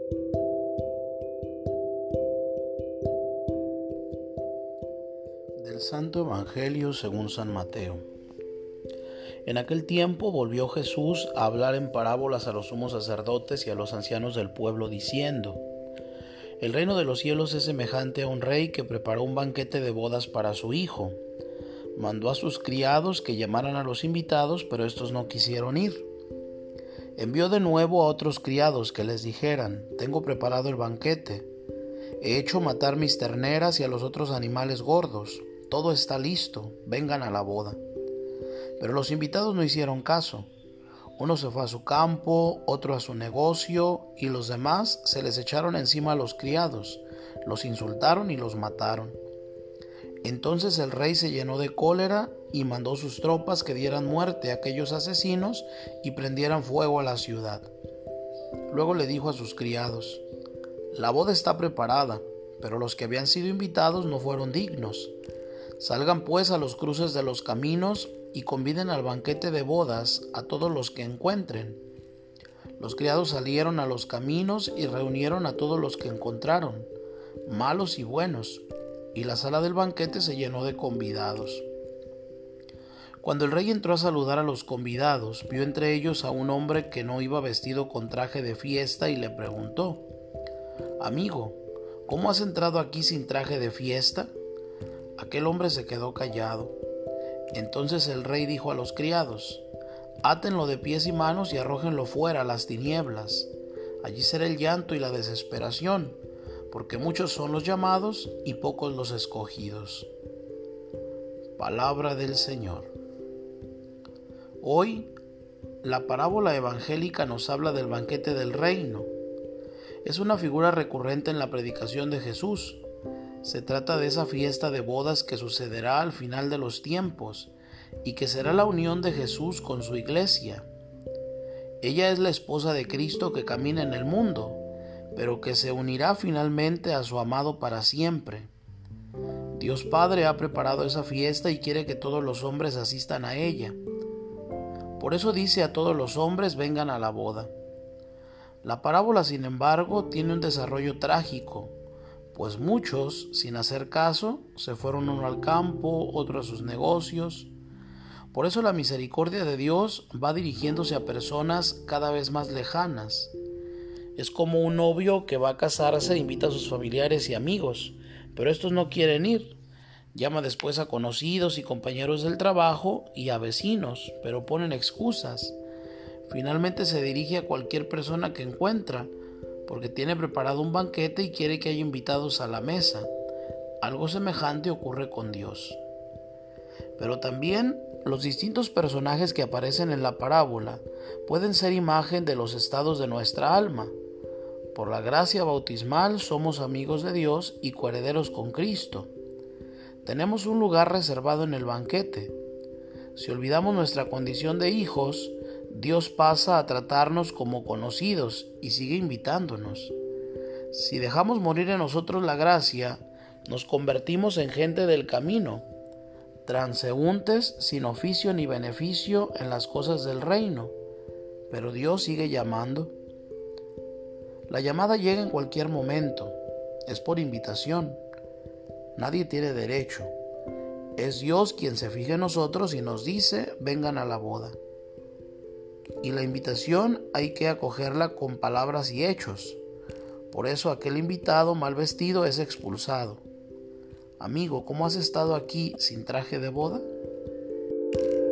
Del Santo Evangelio según San Mateo. En aquel tiempo volvió Jesús a hablar en parábolas a los sumos sacerdotes y a los ancianos del pueblo, diciendo: El reino de los cielos es semejante a un rey que preparó un banquete de bodas para su hijo. Mandó a sus criados que llamaran a los invitados, pero estos no quisieron ir. Envió de nuevo a otros criados que les dijeran: Tengo preparado el banquete. He hecho matar mis terneras y a los otros animales gordos. Todo está listo, vengan a la boda. Pero los invitados no hicieron caso. Uno se fue a su campo, otro a su negocio, y los demás se les echaron encima a los criados, los insultaron y los mataron. Entonces el rey se llenó de cólera y mandó sus tropas que dieran muerte a aquellos asesinos y prendieran fuego a la ciudad. Luego le dijo a sus criados: La boda está preparada, pero los que habían sido invitados no fueron dignos. Salgan pues a los cruces de los caminos y conviden al banquete de bodas a todos los que encuentren. Los criados salieron a los caminos y reunieron a todos los que encontraron, malos y buenos, y la sala del banquete se llenó de convidados. Cuando el rey entró a saludar a los convidados, vio entre ellos a un hombre que no iba vestido con traje de fiesta y le preguntó: Amigo, ¿cómo has entrado aquí sin traje de fiesta? Aquel hombre se quedó callado. Entonces el rey dijo a los criados: Átenlo de pies y manos y arrójenlo fuera a las tinieblas. Allí será el llanto y la desesperación, porque muchos son los llamados y pocos los escogidos. Palabra del Señor. Hoy, la parábola evangélica nos habla del banquete del reino. Es una figura recurrente en la predicación de Jesús. Se trata de esa fiesta de bodas que sucederá al final de los tiempos y que será la unión de Jesús con su iglesia. Ella es la esposa de Cristo que camina en el mundo, pero que se unirá finalmente a su amado para siempre. Dios Padre ha preparado esa fiesta y quiere que todos los hombres asistan a ella. Por eso dice a todos los hombres: vengan a la boda. La parábola, sin embargo, tiene un desarrollo trágico, pues muchos, sin hacer caso, se fueron uno al campo, otro a sus negocios. Por eso la misericordia de Dios va dirigiéndose a personas cada vez más lejanas. Es como un novio que va a casarse e invita a sus familiares y amigos, pero estos no quieren ir. Llama después a conocidos y compañeros del trabajo y a vecinos, pero ponen excusas. Finalmente se dirige a cualquier persona que encuentra, porque tiene preparado un banquete y quiere que haya invitados a la mesa. Algo semejante ocurre con Dios. Pero también los distintos personajes que aparecen en la parábola pueden ser imagen de los estados de nuestra alma. Por la gracia bautismal somos amigos de Dios y coherederos con Cristo. Tenemos un lugar reservado en el banquete. Si olvidamos nuestra condición de hijos, Dios pasa a tratarnos como conocidos y sigue invitándonos. Si dejamos morir en nosotros la gracia, nos convertimos en gente del camino, transeúntes sin oficio ni beneficio en las cosas del reino, pero Dios sigue llamando. La llamada llega en cualquier momento, es por invitación. Nadie tiene derecho. Es Dios quien se fija en nosotros y nos dice: vengan a la boda. Y la invitación hay que acogerla con palabras y hechos. Por eso aquel invitado mal vestido es expulsado. Amigo, ¿cómo has estado aquí sin traje de boda?